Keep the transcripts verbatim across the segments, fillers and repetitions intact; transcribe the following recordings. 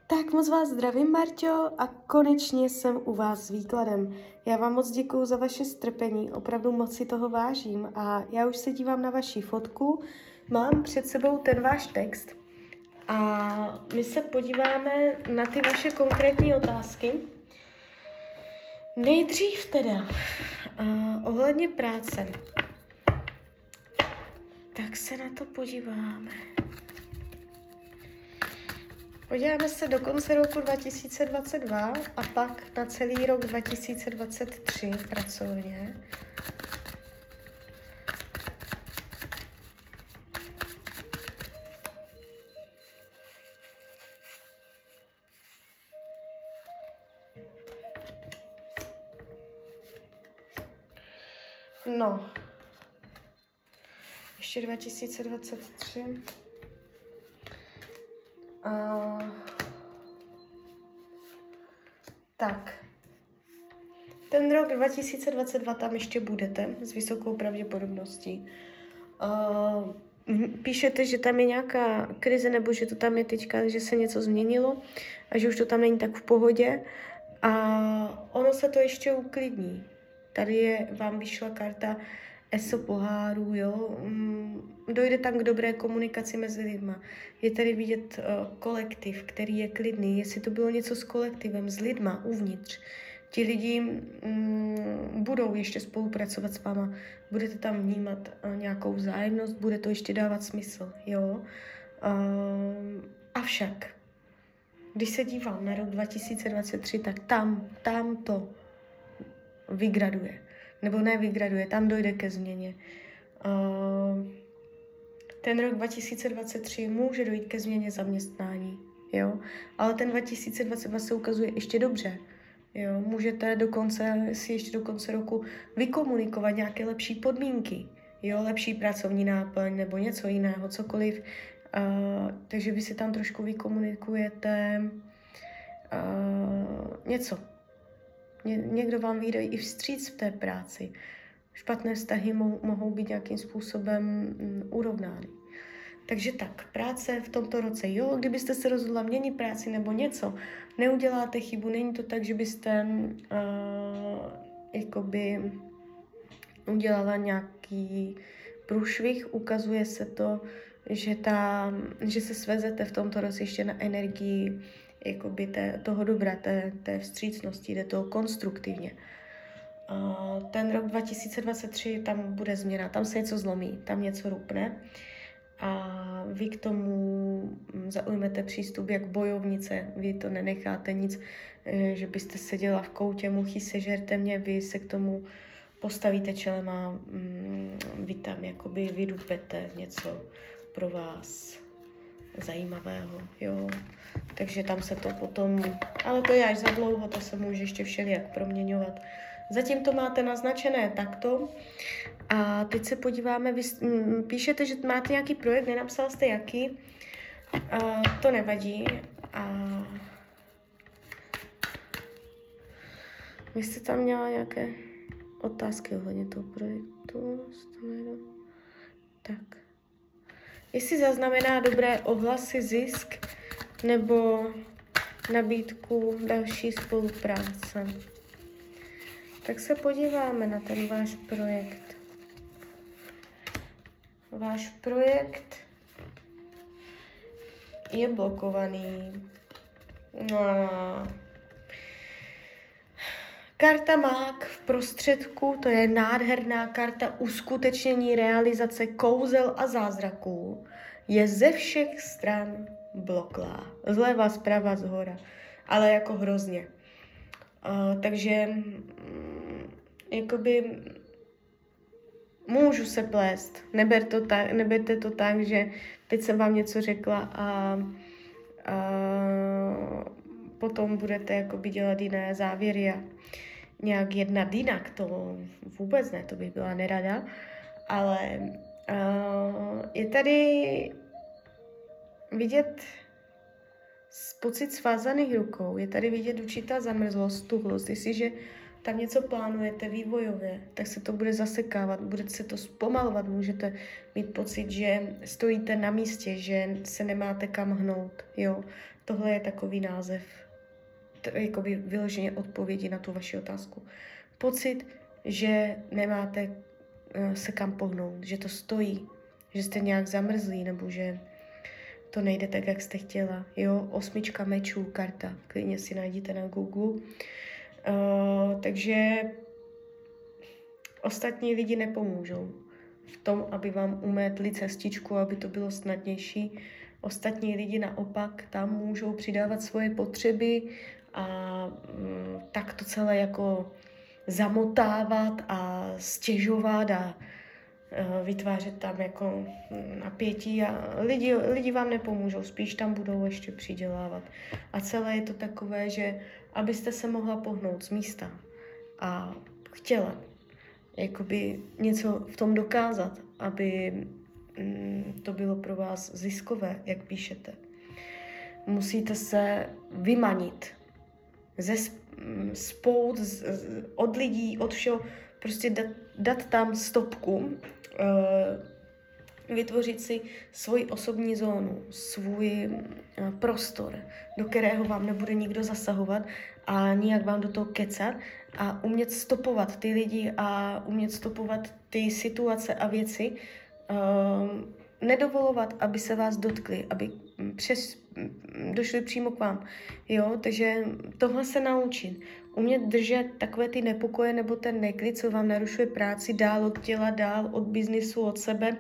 Tak moc vás zdravím, Marťo, a konečně jsem u vás s výkladem. Já vám moc děkuju za vaše strpení, opravdu moc si toho vážím a já už se dívám na vaši fotku, mám před sebou ten váš text a my se podíváme na ty vaše konkrétní otázky. Nejdřív teda uh, ohledně práce. Tak se na to podíváme. Podíváme se do konce roku dva tisíce dvacet dva a pak na celý rok dva tisíce dvacet tři pracovně. No, ještě dva tisíce dvacet tři. Uh, tak, ten rok dva tisíce dvacet dva tam ještě budete s vysokou pravděpodobností. Uh, píšete, že tam je nějaká krize nebo že to tam je teďka, že se něco změnilo a že už to tam není tak v pohodě a ono se to ještě uklidní. Tady je, vám vyšla karta eso pohárů, jo, dojde tam k dobré komunikaci mezi lidma. Je tady vidět uh, kolektiv, který je klidný, jestli to bylo něco s kolektivem, s lidma uvnitř. Ti lidi um, budou ještě spolupracovat s váma, budete tam vnímat uh, nějakou vzájemnost, bude to ještě dávat smysl, jo. Uh, avšak, když se dívám na rok dva tisíce dvacet tři, tak tam, tam to vygraduje. Nebo ne vygraduje, tam dojde ke změně. Uh, ten rok dva tisíce dvacet tři může dojít ke změně zaměstnání, jo, ale ten dva tisíce dvacet dva se ukazuje ještě dobře, jo, můžete dokonce si ještě do konce roku vykomunikovat nějaké lepší podmínky, jo, lepší pracovní náplň nebo něco jiného, cokoliv, uh, takže vy si tam trošku vykomunikujete uh, něco. Ně, někdo vám vyjde i vstříc v té práci. Špatné vztahy mo- mohou být nějakým způsobem mm, urovnány. Takže tak, práce v tomto roce, jo, kdybyste se rozhodla měnit práci nebo něco, neuděláte chybu, není to tak, že byste uh, jakoby udělala nějaký průšvih, ukazuje se to, že, ta, že se svezete v tomto roce ještě na energii jakoby té, toho dobra, té, té vstřícnosti, jde toho konstruktivně. Uh, ten rok dva tisíce dvacet tři, tam bude změna, tam se něco zlomí, tam něco rupne a vy k tomu zaujmete přístup jak bojovnice, vy to nenecháte nic, že byste seděla v koutě, muchy sežerte mě, vy se k tomu postavíte čelem a mm, vy tam jakoby vydupete něco pro vás zajímavého, jo. Takže tam se to potom, ale to je až za dlouho, to se může ještě všelijak proměňovat. Zatím to máte naznačené takto a teď se podíváme, vy píšete, že máte nějaký projekt, nenapsal jste jaký, a to nevadí a vy jste tam měla nějaké otázky ohledně toho projektu, tak. Jestli zaznamená dobré ohlasy, zisk nebo nabídku další spolupráce. Tak se podíváme na ten váš projekt. Váš projekt je blokovaný. No. Karta mák v prostředku, to je nádherná karta uskutečnění realizace kouzel a zázraků. Je ze všech stran bloklá. Zleva, zprava, zhora. Ale jako hrozně. Uh, takže um, jakoby můžu se plést. Neber to tak, neberte to tak, že teď jsem vám něco řekla a, a potom budete jakoby dělat jiné závěry a nějak jednat jinak, to vůbec ne, to bych byla nerada, ale uh, je tady vidět pocit svázaných rukou, je tady vidět určitá zamrzlost, tuhlost, jestliže tam něco plánujete vývojově, tak se to bude zasekávat, bude se to zpomalovat, můžete mít pocit, že stojíte na místě, že se nemáte kam hnout, jo. tohle je takový název, to je jakoby vyloženě odpovědi na tu vaši otázku. Pocit, že nemáte uh, se kam pohnout, že to stojí, že jste nějak zamrzlí, nebo že to nejde tak, jak jste chtěla. Jo, osmička mečů, karta, klidně si najdete na Google. Uh, takže ostatní lidi nepomůžou v tom, aby vám umetli cestičku, aby to bylo snadnější. Ostatní lidi naopak tam můžou přidávat svoje potřeby a mm, tak to celé jako zamotávat a stěžovat a uh, vytvářet tam jako napětí a lidi, lidi vám nepomůžou, spíš tam budou ještě přidělávat. A celé je to takové, že abyste se mohla pohnout z místa a chtěla jakoby něco v tom dokázat, aby mm, to bylo pro vás ziskové, jak píšete. Musíte se vymanit ze spout, z, z, od lidí, od všeho, prostě dat, dát tam stopku, uh, vytvořit si svoji osobní zónu, svůj uh, prostor, do kterého vám nebude nikdo zasahovat a nijak vám do toho kecat a umět stopovat ty lidi a umět stopovat ty situace a věci, uh, nedovolovat, aby se vás dotkli, aby přes, došli přímo k vám. Jo? Takže tohle se naučit. Umět držet takové ty nepokoje nebo ten neklid, co vám narušuje práci, dál od těla, dál od biznisu, od sebe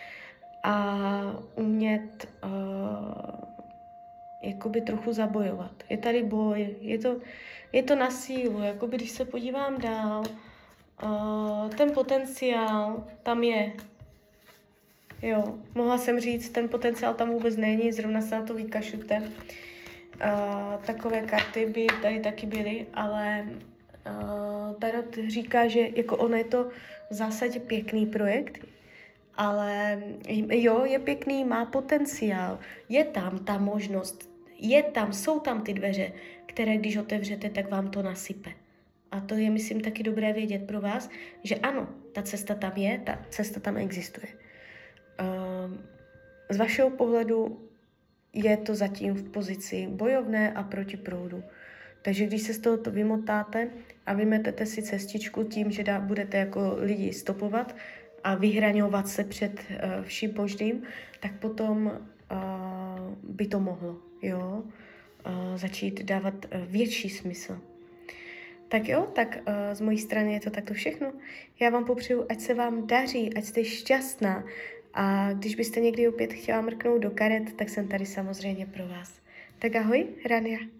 a umět uh, jakoby trochu zabojovat. Je tady boj, je to, je to na sílu, jakoby když se podívám dál, uh, ten potenciál tam je. Jo, mohla jsem říct, ten potenciál tam vůbec není, zrovna se na to vykašlete. Uh, takové karty by tady taky byly, ale uh, Tarot říká, že jako ono je to v zásadě pěkný projekt, ale jo, je pěkný, má potenciál, je tam ta možnost, je tam, jsou tam ty dveře, které když otevřete, tak vám to nasype. A to je, myslím, taky dobré vědět pro vás, že ano, ta cesta tam je, ta cesta tam existuje. Uh, z vašeho pohledu je to zatím v pozici bojovné a proti proudu. Takže když se z tohoto vymotáte a vymetete si cestičku tím, že dá, budete jako lidi stopovat a vyhraňovat se před uh, vším možným, tak potom uh, by to mohlo, jo, uh, začít dávat uh, větší smysl. Tak jo, tak uh, z mojí strany je to takto všechno. Já vám popřeju, ať se vám daří, ať jste šťastná. A když byste někdy opět chtěla mrknout do karet, tak jsem tady samozřejmě pro vás. Tak ahoj, Rania.